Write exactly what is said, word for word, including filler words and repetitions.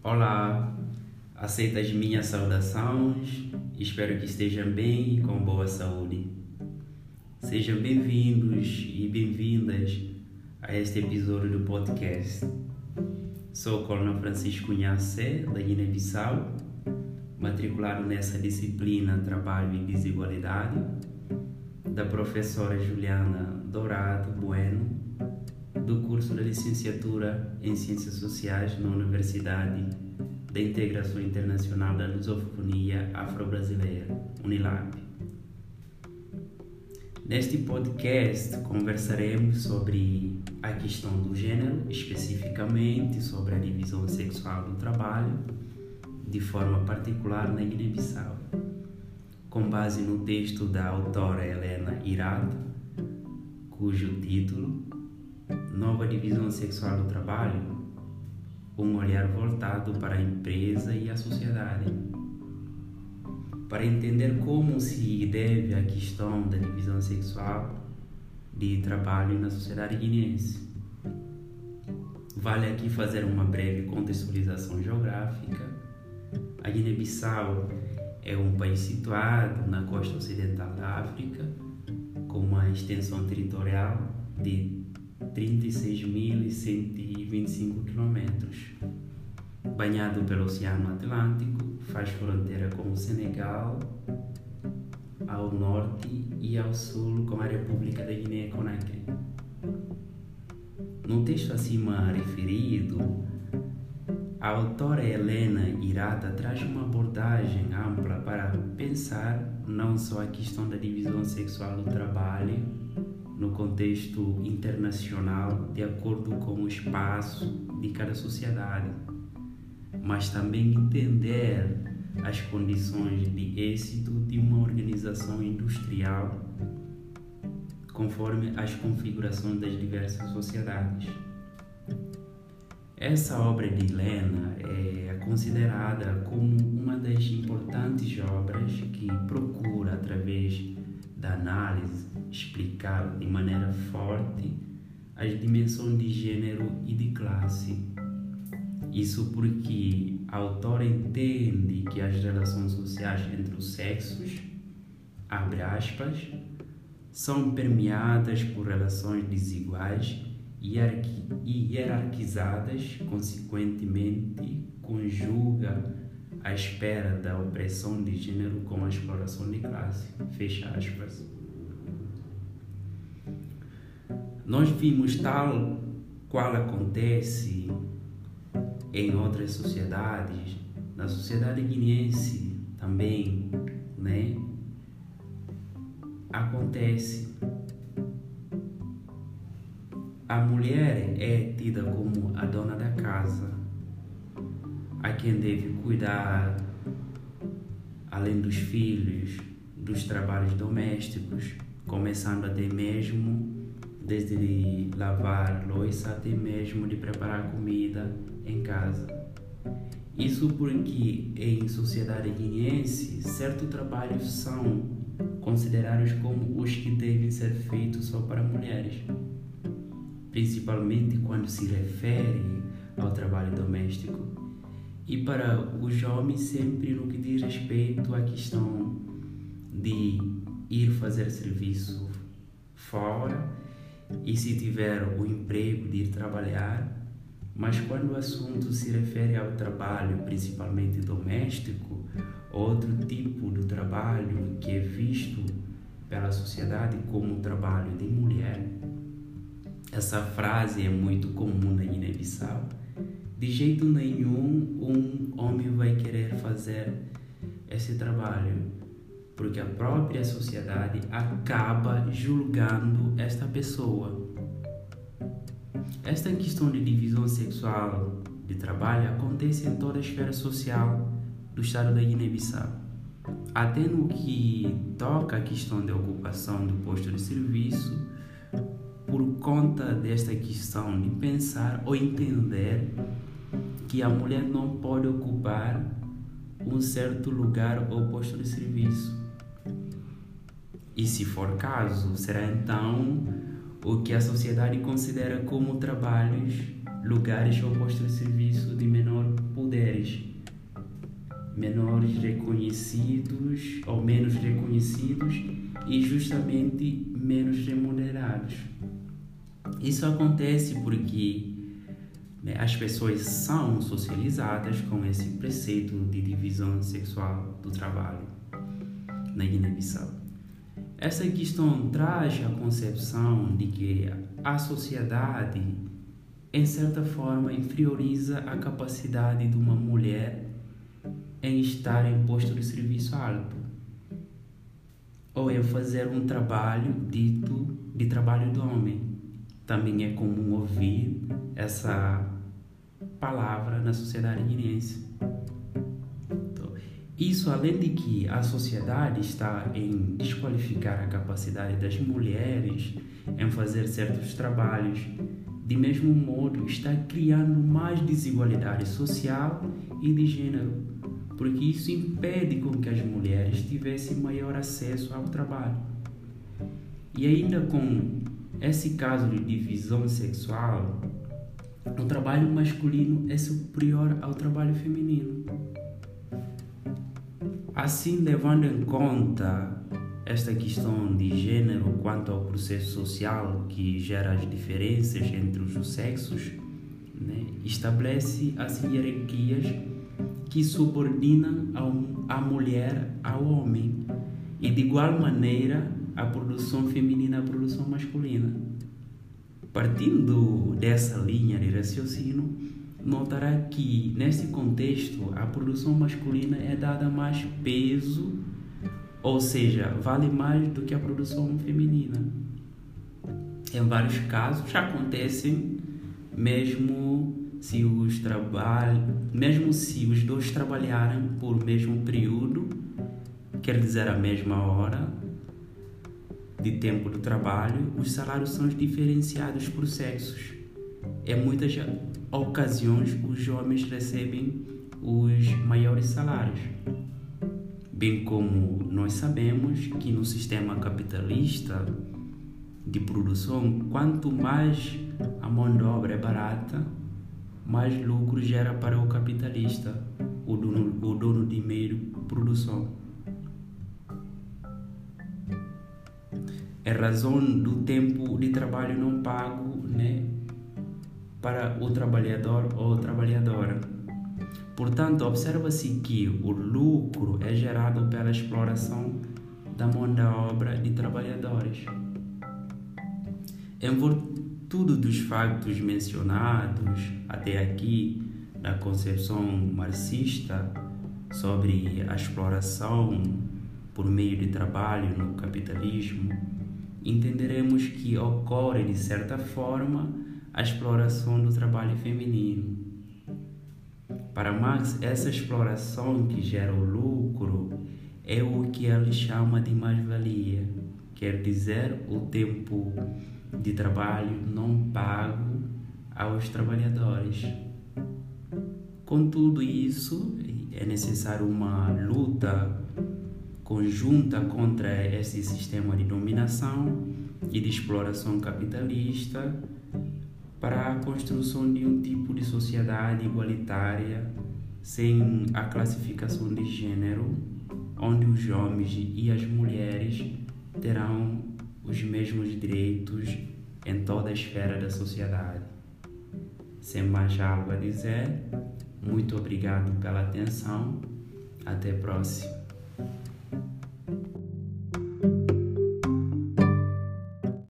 Olá, aceita as minhas saudações, espero que estejam bem e com boa saúde. Sejam bem-vindos e bem-vindas a este episódio do podcast. Sou o Coronel Francisco Nhassé, da Guiné-Bissau, matriculado nessa disciplina Trabalho e Desigualdade, da professora Juliana Dourado Bueno, do curso de Licenciatura em Ciências Sociais na Universidade da Integração Internacional da Lusofonia Afro-Brasileira, Unilab. Neste podcast conversaremos sobre a questão do gênero, especificamente sobre a divisão sexual do trabalho, de forma particular na Guiné-Bissau, com base no texto da autora Helena Irata, cujo título Nova Divisão Sexual do Trabalho, um olhar voltado para a empresa e a sociedade. Para entender como se deve a questão da divisão sexual de trabalho na sociedade guineense, vale aqui fazer uma breve contextualização geográfica. A Guiné-Bissau é um país situado na costa ocidental da África, com uma extensão territorial de trinta e seis mil cento e vinte e cinco quilômetros. Banhado pelo Oceano Atlântico, faz fronteira com o Senegal ao norte e ao sul com a República da Guiné-Conakry. No texto acima referido, a autora Helena Irata traz uma abordagem ampla para pensar não só a questão da divisão sexual do trabalho no contexto internacional, de acordo com o espaço de cada sociedade, mas também entender as condições de êxito de uma organização industrial conforme as configurações das diversas sociedades. Essa obra de Helena é considerada como uma das importantes obras que procura, através da análise, explicar de maneira forte as dimensões de gênero e de classe. Isso porque a autora entende que as relações sociais entre os sexos, abre aspas, são permeadas por relações desiguais e hierarquizadas, consequentemente conjuga a espera da opressão de gênero com a exploração de classe, fecha aspas. Nós vimos tal qual acontece em outras sociedades, na sociedade guineense também, né? Acontece. A mulher é tida como a dona da casa, a quem deve cuidar, além dos filhos, dos trabalhos domésticos, começando até mesmo desde lavar louça até mesmo de preparar comida em casa. Isso porque em sociedade guineense certos trabalhos são considerados como os que devem ser feitos só para mulheres, principalmente quando se refere ao trabalho doméstico, e para os homens sempre no que diz respeito à questão de ir fazer serviço fora e, se tiver o emprego, de ir trabalhar. Mas quando o assunto se refere ao trabalho, principalmente doméstico, outro tipo de trabalho que é visto pela sociedade como trabalho de mulher, essa frase é muito comum na Guiné-Bissau. De jeito nenhum um homem vai querer fazer esse trabalho, porque a própria sociedade acaba julgando esta pessoa. Esta questão de divisão sexual de trabalho acontece em toda a esfera social do estado da Guiné-Bissau, até no que toca à questão da ocupação do posto de serviço, por conta desta questão de pensar ou entender que a mulher não pode ocupar um certo lugar ou posto de serviço. E se for caso, será então o que a sociedade considera como trabalhos lugares ou postos de serviço de menor poderes, menores reconhecidos ou menos reconhecidos e justamente menos remunerados. Isso acontece porque, né, as pessoas são socializadas com esse preceito de divisão sexual do trabalho na Guiné-Bissau. Essa questão traz a concepção de que a sociedade, em certa forma, inferioriza a capacidade de uma mulher em estar em posto de serviço alto ou em fazer um trabalho dito de trabalho do homem. Também é comum ouvir essa palavra na sociedade guineense. Então, isso, além de que a sociedade está em desqualificar a capacidade das mulheres em fazer certos trabalhos, de mesmo modo está criando mais desigualdade social e de gênero, porque isso impede com que as mulheres tivessem maior acesso ao trabalho. E ainda com esse caso de divisão sexual, o trabalho masculino é superior ao trabalho feminino. Assim, levando em conta esta questão de gênero quanto ao processo social que gera as diferenças entre os sexos, né, estabelece as hierarquias que subordinam a mulher ao homem e, de igual maneira, a produção feminina à produção masculina. Partindo dessa linha de raciocínio, notará que, nesse contexto, a produção masculina é dada mais peso, ou seja, vale mais do que a produção feminina. Em vários casos, acontecem mesmo se os trabalhos, mesmo se os dois trabalharem por mesmo período, quer dizer a mesma hora de tempo do trabalho, os salários são diferenciados por sexos. Em muitas ocasiões, os homens recebem os maiores salários. Bem como nós sabemos que no sistema capitalista de produção, quanto mais a mão de obra é barata, mais lucro gera para o capitalista, o dono, o dono de meio de produção. É razão do tempo de trabalho não pago, né, para o trabalhador ou trabalhadora. Portanto, observa-se que o lucro é gerado pela exploração da mão de obra de trabalhadores. Em virtude dos factos mencionados até aqui na concepção marxista sobre a exploração por meio de trabalho no capitalismo, entenderemos que ocorre, de certa forma, a exploração do trabalho feminino. Para Marx, essa exploração que gera o lucro é o que ele chama de mais-valia, quer dizer, o tempo de trabalho não pago aos trabalhadores. Com tudo isso, é necessário uma luta conjunta contra esse sistema de dominação e de exploração capitalista para a construção de um tipo de sociedade igualitária sem a classificação de gênero, onde os homens e as mulheres terão os mesmos direitos em toda a esfera da sociedade. Sem mais algo a dizer, muito obrigado pela atenção. Até a próxima.